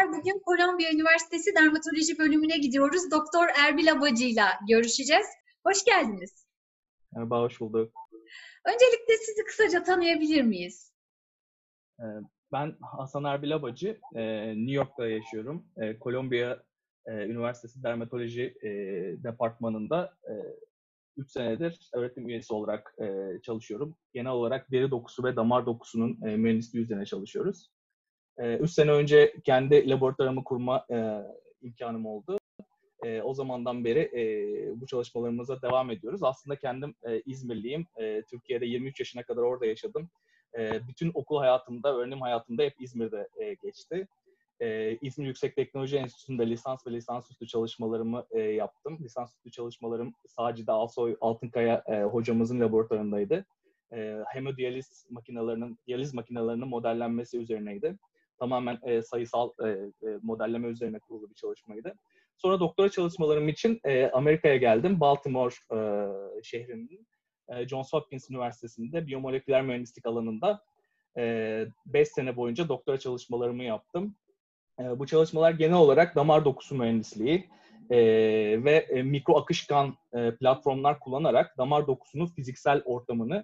Bugün Kolombiya Üniversitesi Dermatoloji bölümüne gidiyoruz. Doktor Erbil Abacı'yla görüşeceğiz. Hoş geldiniz. Merhaba, hoş bulduk. Öncelikle sizi kısaca tanıyabilir miyiz? Ben Hasan Erbil Abacı, New York'ta yaşıyorum. Kolombiya Üniversitesi Dermatoloji Departmanı'nda 3 senedir öğretim üyesi olarak çalışıyorum. Genel olarak deri dokusu ve damar dokusunun mühendisliği üzerine çalışıyoruz. 3 sene önce kendi laboratuvarımı kurma imkanım oldu. O zamandan beri bu çalışmalarımıza devam ediyoruz. Aslında kendim İzmirliyim. Türkiye'de 23 yaşına kadar orada yaşadım. Bütün okul hayatımda, öğrenim hayatımda hep İzmir'de geçti. İzmir Yüksek Teknoloji Enstitüsü'nde lisans ve lisansüstü çalışmalarımı yaptım. Lisansüstü çalışmalarım Sacide Alsoy Altınkaya hocamızın laboratuvarındaydı. Hemodiyaliz diyaliz makinelerinin modellenmesi üzerineydi. Tamamen sayısal modelleme üzerine kurulu bir çalışmaydı. Sonra doktora çalışmalarım için Amerika'ya geldim. Baltimore şehrinin Johns Hopkins Üniversitesi'nde biyomoleküler mühendislik alanında 5 sene boyunca doktora çalışmalarımı yaptım. Bu çalışmalar genel olarak damar dokusu mühendisliği ve mikro akışkan platformlar kullanarak damar dokusunun fiziksel ortamını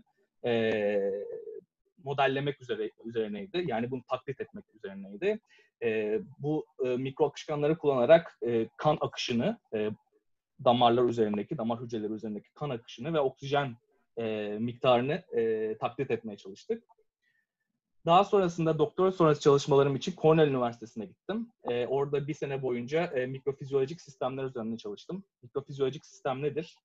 modellemek üzerineydi. Yani bunu taklit etmek üzerineydi. Bu mikro akışkanları kullanarak kan akışını, damarlar üzerindeki, damar hücreleri üzerindeki kan akışını ve oksijen miktarını taklit etmeye çalıştık. Daha sonrasında doktora sonrası çalışmalarım için Cornell Üniversitesi'ne gittim. Orada bir sene boyunca mikrofizyolojik sistemler üzerinde çalıştım. Mikrofizyolojik sistem nedir?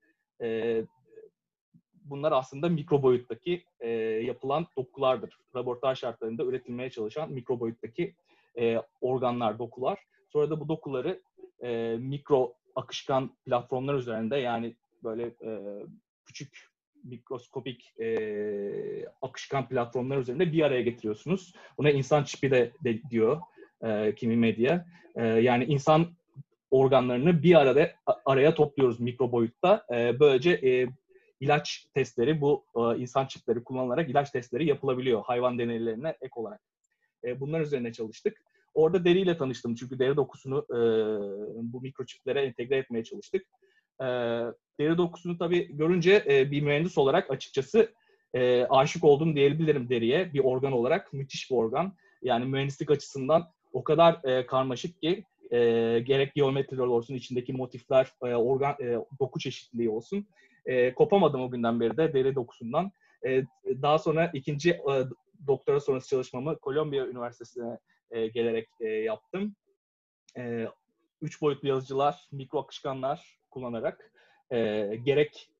Bunlar aslında mikro boyuttaki yapılan dokulardır. Laboratuvar şartlarında üretilmeye çalışan mikro boyuttaki organlar, dokular. Sonra da bu dokuları mikro akışkan platformlar üzerinde, yani böyle küçük mikroskopik akışkan platformlar üzerinde bir araya getiriyorsunuz. Buna insan çipi de diyor kimi medya. Yani insan organlarını bir araya topluyoruz mikro boyutta. Böylece ilaç testleri, bu insan çipleri kullanılarak ilaç testleri yapılabiliyor hayvan deneylerine ek olarak. Bunlar üzerine çalıştık. Orada deriyle tanıştım çünkü deri dokusunu bu mikroçiplere entegre etmeye çalıştık. Deri dokusunu tabii görünce bir mühendis olarak açıkçası aşık oldum diyebilirim deriye. Bir organ olarak müthiş bir organ. Yani mühendislik açısından o kadar karmaşık ki gerek geometriler olsun, içindeki motifler, doku çeşitliliği olsun. Kopamadım o günden beri de deri dokusundan. Daha sonra ikinci doktora sonrası çalışmamı Kolombiya Üniversitesi'ne gelerek yaptım. 3 boyutlu yazıcılar, mikro akışkanlar kullanarak gerek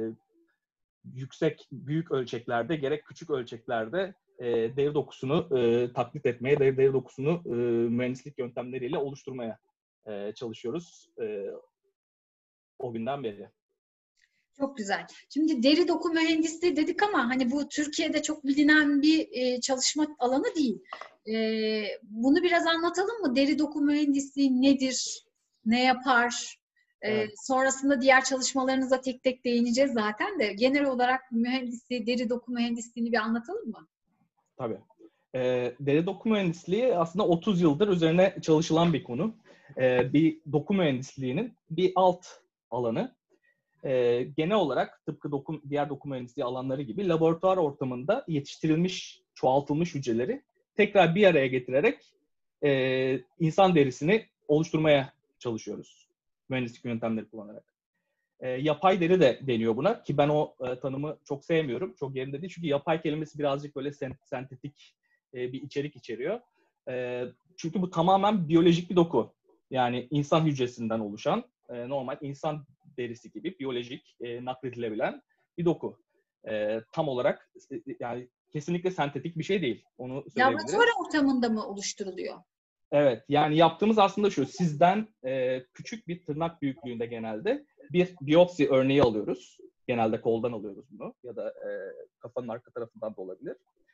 büyük ölçeklerde, gerek küçük ölçeklerde deri dokusunu taklit etmeye, deri dokusunu mühendislik yöntemleriyle oluşturmaya çalışıyoruz o günden beri. Çok güzel. Şimdi deri doku mühendisliği dedik ama hani bu Türkiye'de çok bilinen bir çalışma alanı değil. Bunu biraz anlatalım mı? Deri doku mühendisliği nedir? Ne yapar? Evet. Sonrasında diğer çalışmalarınıza tek tek değineceğiz zaten de. Genel olarak mühendisliği, deri doku mühendisliğini bir anlatalım mı? Tabii. Deri doku mühendisliği aslında 30 yıldır üzerine çalışılan bir konu. Bir doku mühendisliğinin bir alt alanı. Genel olarak tıpkı diğer doku mühendisliği alanları gibi laboratuvar ortamında yetiştirilmiş, çoğaltılmış hücreleri tekrar bir araya getirerek insan derisini oluşturmaya çalışıyoruz. Mühendislik yöntemleri kullanarak. Yapay deri de deniyor buna ki ben o tanımı çok sevmiyorum. Çok yerinde değil çünkü yapay kelimesi birazcık böyle sentetik bir içerik içeriyor. Çünkü bu tamamen biyolojik bir doku. Yani insan hücresinden oluşan, normal insan derisi gibi biyolojik, nakledilebilen bir doku. Tam olarak yani kesinlikle sentetik bir şey değil. Onu söyleyebiliriz. Laboratuvar ortamında mı oluşturuluyor? Evet, yani yaptığımız aslında şu, sizden küçük bir tırnak büyüklüğünde genelde bir biyopsi örneği alıyoruz. Genelde koldan alıyoruz bunu ya da kafanın arka tarafından da olabilir.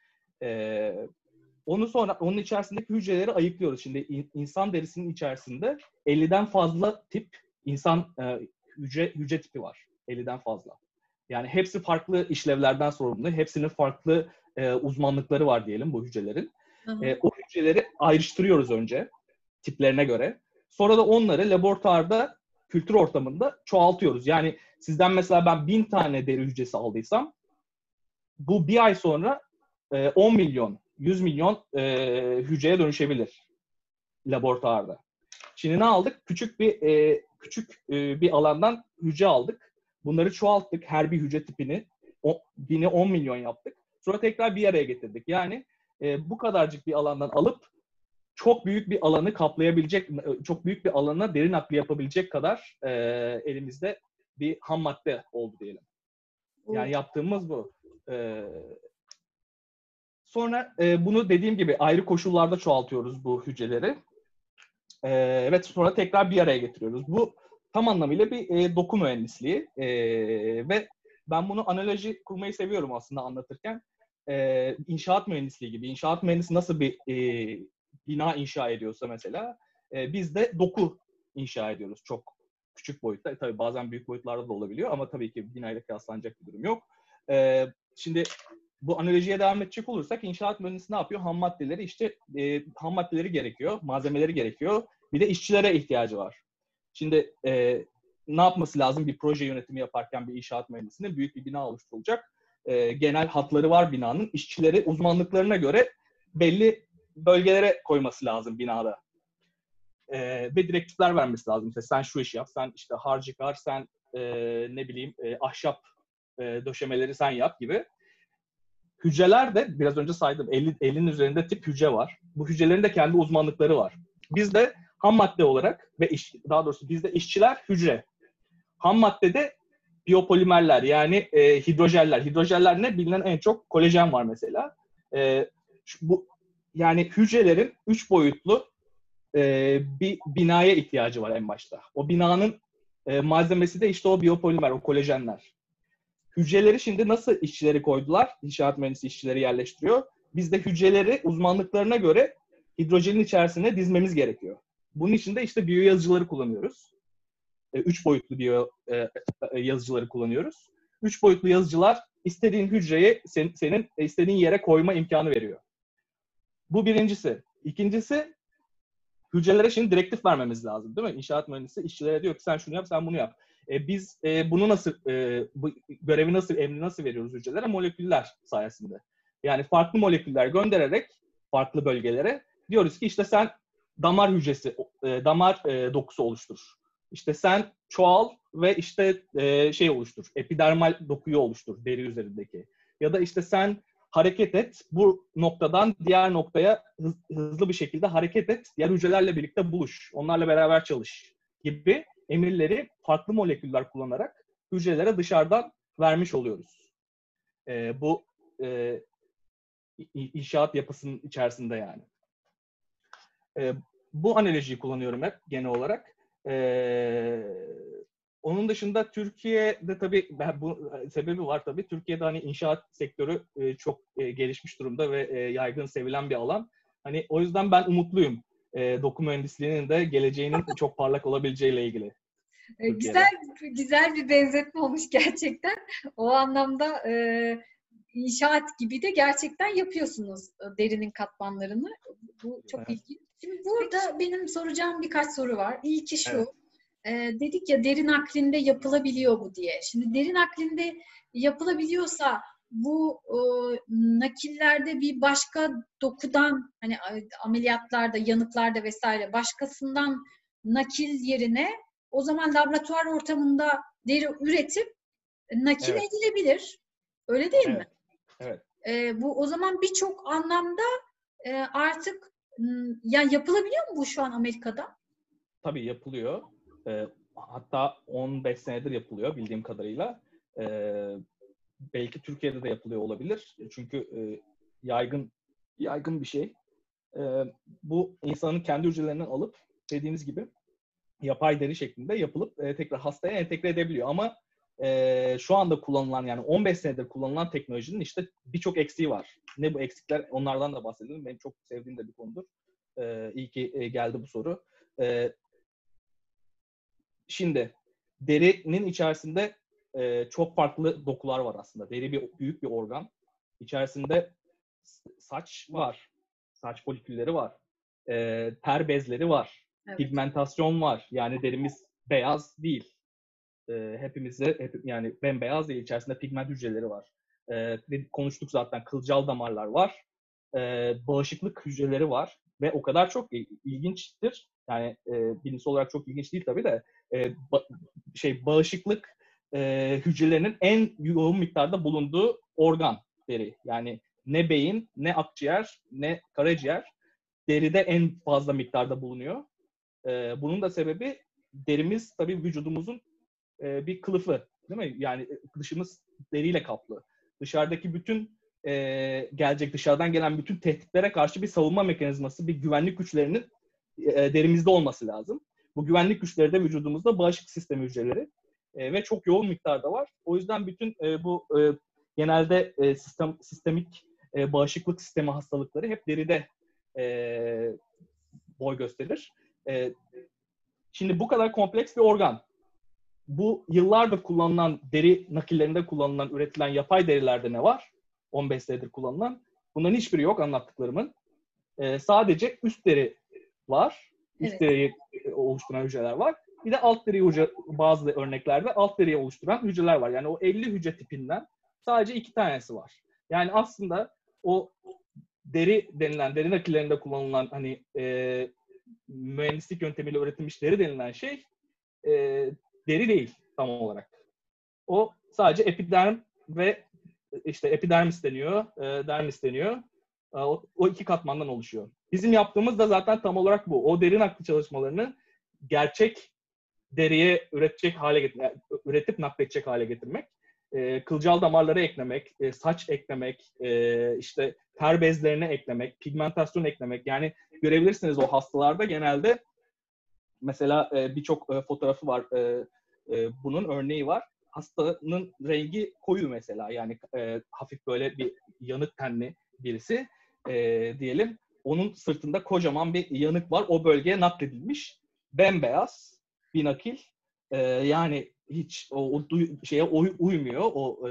Onu sonra onun içerisindeki hücreleri ayıklıyoruz. Şimdi insan derisinin içerisinde 50'den fazla tip insan hücre tipi var. 50'den fazla. Yani hepsi farklı işlevlerden sorumlu. Hepsinin farklı uzmanlıkları var diyelim bu hücrelerin. O hücreleri ayrıştırıyoruz önce. tiplerine göre. Sonra da onları laboratuvarda, kültür ortamında çoğaltıyoruz. Yani sizden mesela ben 1000 tane deri hücresi aldıysam bu bir ay sonra 10 milyon, 100 milyon hücreye dönüşebilir laboratuvarda. Şimdi ne aldık? Küçük bir alandan hücre aldık. Bunları çoğalttık. Her bir hücre tipini 1000'i 10 milyon yaptık. Sonra tekrar bir araya getirdik. Yani bu kadarcık bir alandan alıp çok büyük bir alanı kaplayabilecek, çok büyük bir alana deri nakli yapabilecek kadar elimizde bir ham madde oldu diyelim. Yani yaptığımız bu. Sonra bunu dediğim gibi ayrı koşullarda çoğaltıyoruz bu hücreleri. Ve sonra tekrar bir araya getiriyoruz. Bu tam anlamıyla bir doku mühendisliği. Ve ben bunu analoji kurmayı seviyorum aslında anlatırken. İnşaat mühendisliği gibi. İnşaat mühendisi nasıl bir bina inşa ediyorsa mesela biz de doku inşa ediyoruz çok küçük boyutta. Tabii bazen büyük boyutlarda da olabiliyor ama tabii ki binayla kıyaslanacak bir durum yok. Şimdi bu analojiye devam edecek olursak inşaat mühendisi ne yapıyor? Ham maddeleri gerekiyor, malzemeleri gerekiyor. Bir de işçilere ihtiyacı var. Şimdi ne yapması lazım bir proje yönetimi yaparken bir inşaat mühendisinin? Büyük bir bina oluşturulacak. Genel hatları var binanın. İşçileri uzmanlıklarına göre belli bölgelere koyması lazım binada. Ve direktifler vermesi lazım. İşte sen şu işi yap, sen işte harcı kar, sen ahşap döşemeleri sen yap gibi. Hücreler de biraz önce saydım 50'nin üzerinde tip hücre var. Bu hücrelerin de kendi uzmanlıkları var. Biz de ham madde olarak ve bizde işçiler hücre. Ham maddede biyopolimerler yani hidrojeller. Hidrojeller ne? Bilinen en çok kolajen var mesela. Yani hücrelerin 3 boyutlu bir binaya ihtiyacı var en başta. O binanın malzemesi de işte o biyopolimer, o kolajenler. Hücreleri şimdi nasıl işçileri koydular? İnşaat mühendisi işçileri yerleştiriyor. Biz de hücreleri uzmanlıklarına göre hidrojenin içerisine dizmemiz gerekiyor. Bunun için de işte biyoyazıcıları kullanıyoruz. 3 boyutlu biyoyazıcıları kullanıyoruz. 3 boyutlu yazıcılar istediğin hücreyi senin istediğin yere koyma imkanı veriyor. Bu birincisi. İkincisi hücrelere şimdi direktif vermemiz lazım değil mi? İnşaat mühendisi işçilere diyor ki sen şunu yap, sen bunu yap. Biz bunu bu görevi emri nasıl veriyoruz hücrelere? Moleküller sayesinde. Yani farklı moleküller göndererek farklı bölgelere diyoruz ki işte sen damar dokusu oluştur. İşte sen çoğal ve işte oluştur. Epidermal dokuyu oluştur deri üzerindeki. Ya da işte sen hareket et, bu noktadan diğer noktaya hızlı bir şekilde hareket et, diğer hücrelerle birlikte buluş, onlarla beraber çalış gibi emirleri farklı moleküller kullanarak hücrelere dışarıdan vermiş oluyoruz. Bu inşaat yapısının içerisinde yani. Bu analojiyi kullanıyorum hep genel olarak. Onun dışında Türkiye'de tabii bu sebebi var tabii. Türkiye'de hani inşaat sektörü çok gelişmiş durumda ve yaygın sevilen bir alan. Hani o yüzden ben umutluyum. Doku mühendisliğinin de geleceğinin çok parlak olabileceğiyle ilgili. Güzel bir benzetme olmuş gerçekten. O anlamda inşaat gibi de gerçekten yapıyorsunuz derinin katmanlarını. Bu çok ilginç. Şimdi burada benim soracağım birkaç soru var. İlki şu. Evet. Dedik ya deri naklinde yapılabiliyor bu diye. Şimdi deri naklinde yapılabiliyorsa bu nakillerde bir başka dokudan hani ameliyatlarda, yanıklarda vesaire başkasından nakil yerine o zaman laboratuvar ortamında deri üretip nakil edilebilir. Öyle değil mi? Evet. Bu o zaman birçok anlamda artık yani yapılabiliyor mu bu şu an Amerika'da? Tabii yapılıyor. Hatta 15 senedir yapılıyor bildiğim kadarıyla. Belki Türkiye'de de yapılıyor olabilir. Çünkü yaygın bir şey. Bu insanın kendi hücrelerinden alıp dediğiniz gibi yapay deri şeklinde yapılıp tekrar hastaya entegre edebiliyor. Ama şu anda kullanılan yani 15 senedir kullanılan teknolojinin işte birçok eksiği var. Ne bu eksikler? Onlardan da bahsedelim. Benim çok sevdiğim de bir konudur. İyi ki geldi bu soru. Şimdi derinin içerisinde çok farklı dokular var aslında. Deri büyük bir organ. İçerisinde saç var. Saç folikülleri var. ter bezleri var. Evet. Pigmentasyon var. Yani derimiz beyaz değil. Yani bembeyaz değil. İçerisinde pigment hücreleri var. Konuştuk zaten, kılcal damarlar var. Bağışıklık hücreleri var. Ve o kadar çok ilginçtir. Yani bilimsel olarak çok ilginç değil tabii de bağışıklık hücrelerinin en yoğun miktarda bulunduğu organ deri. Yani ne beyin, ne akciğer, ne karaciğer deride en fazla miktarda bulunuyor. Bunun da sebebi derimiz tabii vücudumuzun bir kılıfı, değil mi? Yani dışımız deriyle kaplı. Dışarıdaki bütün dışarıdan gelen bütün tehditlere karşı bir savunma mekanizması, bir güvenlik güçlerinin derimizde olması lazım. Bu güvenlik güçleri de vücudumuzda bağışıklık sistemi hücreleri ve çok yoğun miktarda var. O yüzden bütün bu genelde sistemik bağışıklık sistemi hastalıkları hep deride boy gösterir. Şimdi bu kadar kompleks bir organ. Bu yıllardır kullanılan deri nakillerinde kullanılan, üretilen yapay derilerde ne var? 15 senedir kullanılan. Bunların hiçbiri yok anlattıklarımın. Sadece üst deri var. Üst deriyi oluşturan hücreler var. Bir de alt deriyi bazı örneklerde alt deriyi oluşturan hücreler var. Yani o 50 hücre tipinden sadece 2 tanesi var. Yani aslında o deri nakillerinde kullanılan hani mühendislik yöntemiyle üretilmiş deri denilen şey deri değil tam olarak. O sadece epiderm ve işte epidermis deniyor, dermis deniyor. O iki katmandan oluşuyor. Bizim yaptığımız da zaten tam olarak bu. O deri nakli çalışmalarını gerçek deriye üretip nakledecek hale getirmek. Kılcal damarlara eklemek, saç eklemek, işte ter bezlerine eklemek, pigmentasyon eklemek. Yani görebilirsiniz o hastalarda genelde mesela birçok fotoğrafı var. Bunun örneği var. Hastanın rengi koyu mesela. Yani hafif böyle bir yanık tenli birisi diyelim. Onun sırtında kocaman bir yanık var. O bölgeye nakledilmiş. Bembeyaz bir nakil. Yani hiç şeye uymuyor. O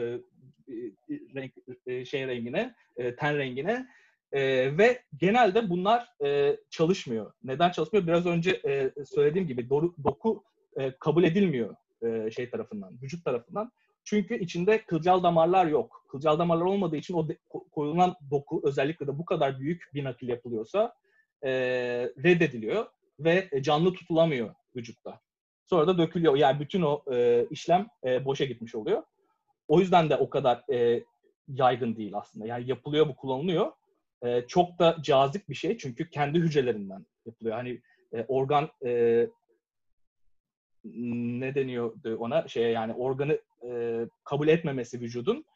rengine, ten rengine. Ve genelde bunlar çalışmıyor. Neden çalışmıyor? Biraz önce söylediğim gibi doku kabul edilmiyor tarafından, vücut tarafından. Çünkü içinde kılcal damarlar yok. Kılcal damarlar olmadığı için o koyulan doku, özellikle de bu kadar büyük bir nakil yapılıyorsa reddediliyor ve canlı tutulamıyor vücutta. Sonra da dökülüyor. Yani bütün o işlem boşa gitmiş oluyor. O yüzden de o kadar yaygın değil aslında. Yani yapılıyor, bu kullanılıyor. Çok da cazip bir şey çünkü kendi hücrelerinden yapılıyor. Hani organ ne deniyordu ona? Yani organı kabul etmemesi vücudun.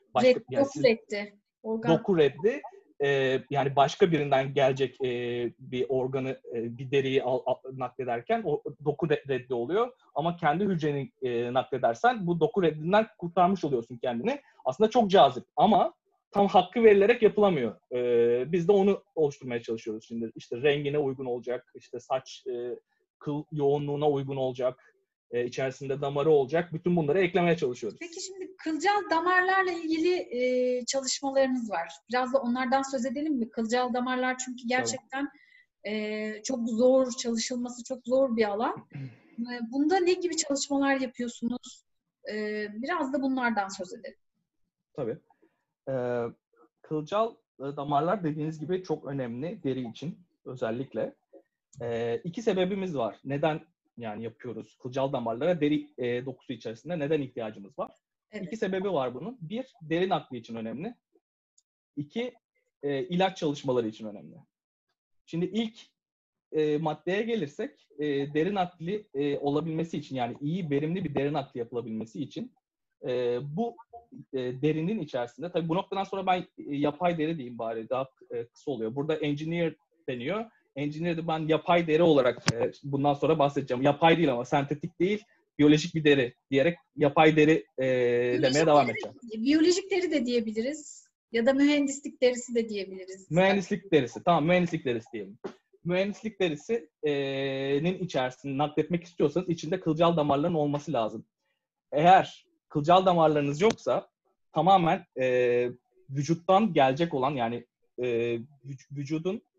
Doku reddi. Yani başka birinden gelecek bir organı, bir deriyi naklederken o doku reddi oluyor. Ama kendi hücreni nakledersen bu doku reddinden kurtarmış oluyorsun kendini. Aslında çok cazip ama tam hakkı verilerek yapılamıyor. Biz de onu oluşturmaya çalışıyoruz şimdi. İşte rengine uygun olacak, işte saç kıl yoğunluğuna uygun olacak, içerisinde damarı olacak. Bütün bunları eklemeye çalışıyoruz. Peki şimdi kılcal damarlarla ilgili çalışmalarınız var. Biraz da onlardan söz edelim mi? Kılcal damarlar çünkü gerçekten çok zor, çalışılması çok zor bir alan. Bunda ne gibi çalışmalar yapıyorsunuz? Biraz da bunlardan söz edelim. Tabii. Kılcal damarlar dediğiniz gibi çok önemli deri için özellikle. 2 sebebimiz var. Neden yani yapıyoruz kılcal damarlara deri dokusu içerisinde neden ihtiyacımız var? Evet. 2 sebebi var bunun. 1, deri nakli için önemli. 2, ilaç çalışmaları için önemli. Şimdi ilk maddeye gelirsek deri nakli olabilmesi için yani iyi verimli bir deri nakli yapılabilmesi için bu derinin içerisinde tabii bu noktadan sonra ben yapay deri diyeyim bari daha kısa oluyor. Burada engineer deniyor. Engineer'de ben yapay deri olarak bundan sonra bahsedeceğim. Yapay değil ama sentetik değil, biyolojik bir deri diyerek yapay deri demeye devam edeceğim. Biyolojik deri de diyebiliriz. Ya da mühendislik derisi de diyebiliriz. Mühendislik derisi. Tamam, mühendislik derisi diyelim. Mühendislik derisinin içerisinde nakletmek istiyorsanız içinde kılcal damarların olması lazım. Eğer kılcal damarlarınız yoksa tamamen vücuttan gelecek olan yani vücudun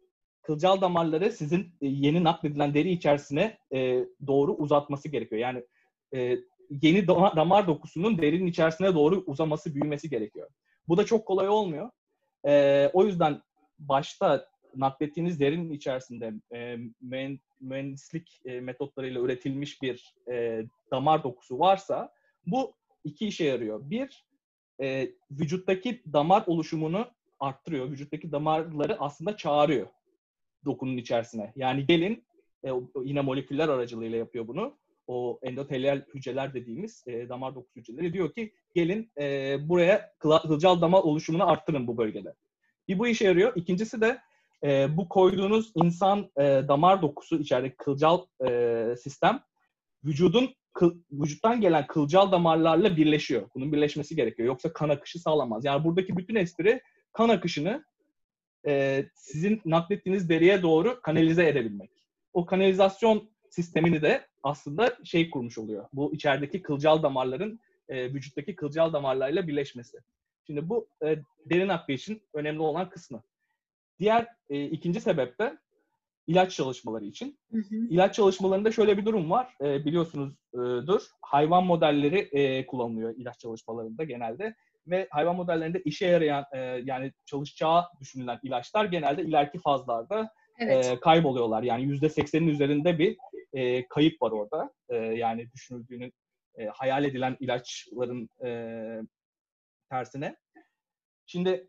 kılcal damarları sizin yeni nakledilen deri içerisine doğru uzatması gerekiyor. Yani yeni damar dokusunun derinin içerisine doğru uzaması, büyümesi gerekiyor. Bu da çok kolay olmuyor. O yüzden başta naklettiğiniz derinin içerisinde mühendislik metotlarıyla üretilmiş bir damar dokusu varsa bu iki işe yarıyor. Bir, vücuttaki damar oluşumunu arttırıyor. Vücuttaki damarları aslında çağırıyor dokunun içerisine. Yani gelin, yine moleküller aracılığıyla yapıyor bunu. O endotelyal hücreler dediğimiz damar dokusu hücreleri diyor ki gelin buraya kılcal damar oluşumunu arttırın bu bölgede. Bir bu işe yarıyor. İkincisi de bu koyduğunuz insan damar dokusu içerideki kılcal sistem vücuttan gelen kılcal damarlarla birleşiyor. Bunun birleşmesi gerekiyor. Yoksa kan akışı sağlamaz. Yani buradaki bütün espri kan akışını sizin naklettiğiniz deriye doğru kanalize edebilmek. O kanalizasyon sistemini de aslında kurmuş oluyor. Bu içerideki kılcal damarların vücuttaki kılcal damarlarla birleşmesi. Şimdi bu deri nakli için önemli olan kısmı. Diğer ikinci sebep de ilaç çalışmaları için. Hı hı. İlaç çalışmalarında şöyle bir durum var. Biliyorsunuzdur. Hayvan modelleri kullanılıyor ilaç çalışmalarında genelde. Ve hayvan modellerinde işe yarayan, yani çalışacağı düşünülen ilaçlar genelde ileriki fazlarda kayboluyorlar. Yani %80'in üzerinde bir kayıp var orada. Yani düşünüldüğünün, hayal edilen ilaçların tersine. Şimdi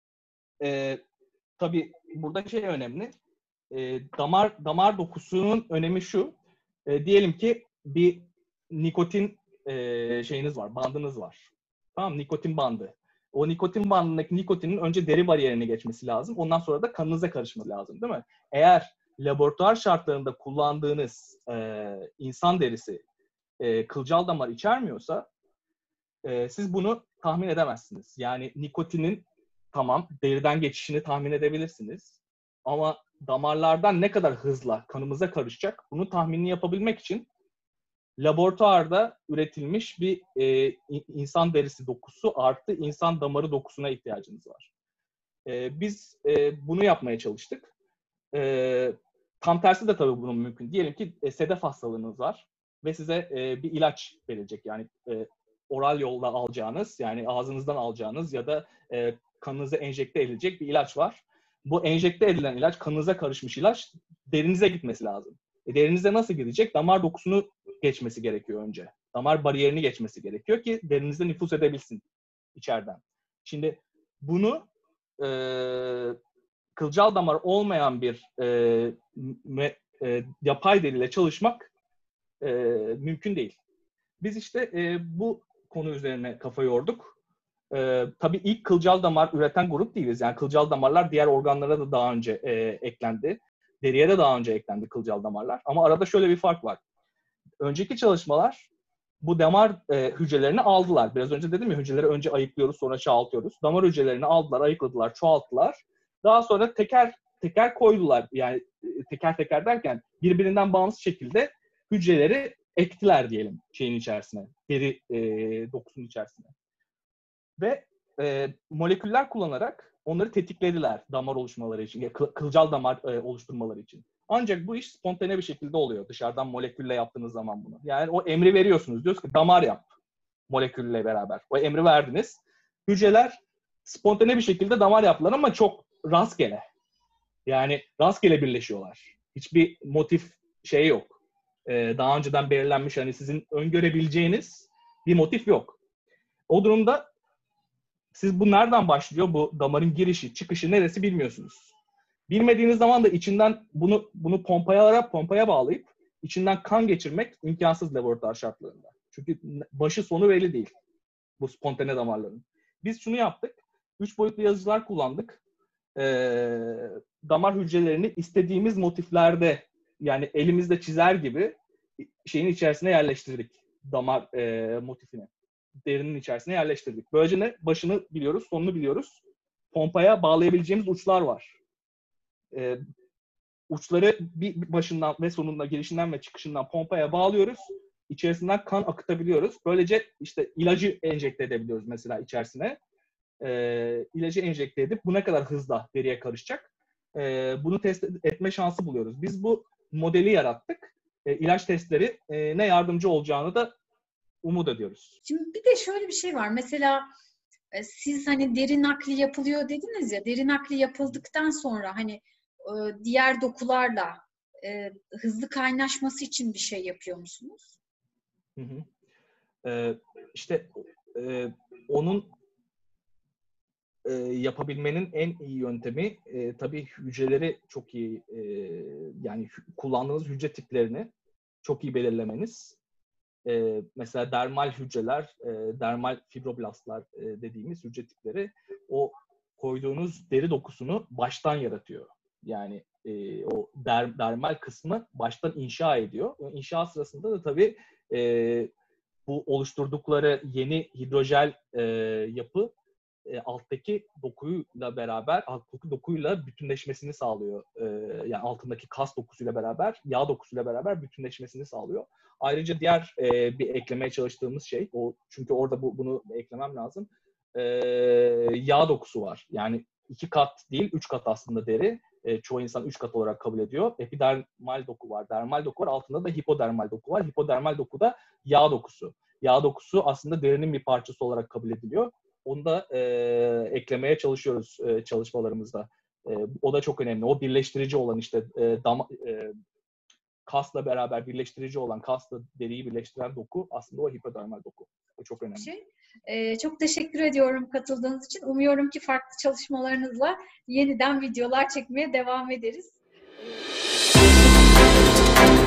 tabii burada önemli. Damar dokusunun önemi şu. Diyelim ki bir nikotin şeyiniz var, bandınız var. Tamam, nikotin bandı. O nikotin bandındaki nikotinin önce deri bariyerini geçmesi lazım. Ondan sonra da kanınıza karışması lazım, değil mi? Eğer laboratuvar şartlarında kullandığınız insan derisi kılcal damar içermiyorsa siz bunu tahmin edemezsiniz. Yani nikotinin tamam deriden geçişini tahmin edebilirsiniz. Ama damarlardan ne kadar hızla kanımıza karışacak bunu tahminini yapabilmek için laboratuvarda üretilmiş bir insan derisi dokusu artı insan damarı dokusuna ihtiyacınız var. Biz bunu yapmaya çalıştık. Tam tersi de tabii bunun mümkün. Diyelim ki sedef hastalığınız var ve size bir ilaç verilecek. Yani oral yolla alacağınız, yani ağzınızdan alacağınız ya da kanınıza enjekte edilecek bir ilaç var. Bu enjekte edilen ilaç, kanınıza karışmış ilaç derinize gitmesi lazım. Derinize nasıl gidecek? Damar dokusunu geçmesi gerekiyor önce. Damar bariyerini geçmesi gerekiyor ki derinize nüfuz edebilsin içeriden. Şimdi bunu kılcal damar olmayan bir yapay deriyle çalışmak mümkün değil. Biz işte bu konu üzerine kafa yorduk. Tabii ilk kılcal damar üreten grup değiliz. Yani kılcal damarlar diğer organlara da daha önce eklendi. Deriye de daha önce eklendi kılcal damarlar. Ama arada şöyle bir fark var. Önceki çalışmalar bu damar hücrelerini aldılar. Biraz önce dedim ya, hücreleri önce ayıklıyoruz, sonra çoğaltıyoruz. Damar hücrelerini aldılar, ayıkladılar, çoğalttılar. Daha sonra teker teker koydular. Yani teker teker derken birbirinden bağımsız şekilde hücreleri ektiler diyelim şeyin içerisine, deri dokusunun içerisine. Ve moleküller kullanarak onları tetiklediler damar oluşmaları için, kılcal damar oluşturmaları için. Ancak bu iş spontane bir şekilde oluyor dışarıdan molekülle yaptığınız zaman bunu. Yani o emri veriyorsunuz. Diyorsunuz ki damar yap molekülle beraber. O emri verdiniz. Hücreler spontane bir şekilde damar yaptılar ama çok rastgele. Yani rastgele birleşiyorlar. Hiçbir motif yok. Daha önceden belirlenmiş, hani sizin öngörebileceğiniz bir motif yok. O durumda siz bu nereden başlıyor? Bu damarın girişi, çıkışı neresi bilmiyorsunuz. Bilmediğiniz zaman da içinden bunu pompaya bağlayıp içinden kan geçirmek imkansız laboratuvar şartlarında. Çünkü başı sonu belli değil bu spontane damarların. Biz şunu yaptık. 3 boyutlu yazıcılar kullandık. Damar hücrelerini istediğimiz motiflerde, yani elimizde çizer gibi şeyin içerisine yerleştirdik. Damar motifini. Derinin içerisine yerleştirdik. Böylece ne? Başını biliyoruz, sonunu biliyoruz. Pompaya bağlayabileceğimiz uçlar var. Uçları bir başından ve sonunda, girişinden ve çıkışından pompaya bağlıyoruz. İçerisinden kan akıtabiliyoruz. Böylece işte ilacı enjekte edebiliyoruz mesela içerisine. İlacı enjekte edip bu ne kadar hızla deriye karışacak? bunu test etme şansı buluyoruz. Biz bu modeli yarattık. İlaç testleri ne yardımcı olacağını da umut ediyoruz. Şimdi bir de şöyle bir şey var. Mesela siz hani deri nakli yapılıyor dediniz ya, deri nakli yapıldıktan sonra hani diğer dokularla hızlı kaynaşması için bir şey yapıyor musunuz? Hı hı. İşte onun yapabilmenin en iyi yöntemi tabii hücreleri çok iyi, yani kullandığınız hücre tiplerini çok iyi belirlemeniz. Mesela dermal hücreler, dermal fibroblastlar dediğimiz hücre tipleri o koyduğunuz deri dokusunu baştan yaratıyor. Yani o dermal kısmı baştan inşa ediyor. O inşa sırasında da tabii bu oluşturdukları yeni hidrojel yapı alttaki dokuyla bütünleşmesini sağlıyor. Yani altındaki kas dokusuyla beraber, yağ dokusuyla beraber bütünleşmesini sağlıyor. Ayrıca diğer bir eklemeye çalıştığımız şey, çünkü orada bunu eklemem lazım. Yağ dokusu var. Yani 2 kat değil, 3 kat aslında deri. Çoğu insan 3 kat olarak kabul ediyor. Epidermal doku var, dermal doku var. Altında da hipodermal doku var. Hipodermal doku da yağ dokusu. Yağ dokusu aslında derinin bir parçası olarak kabul ediliyor. Onu da eklemeye çalışıyoruz çalışmalarımızda. O da çok önemli. O birleştirici olan işte kasla beraber birleştirici olan, kasla deriyi birleştiren doku aslında o hipodermal doku. O çok önemli. Çok teşekkür ediyorum katıldığınız için. Umuyorum ki farklı çalışmalarınızla yeniden videolar çekmeye devam ederiz.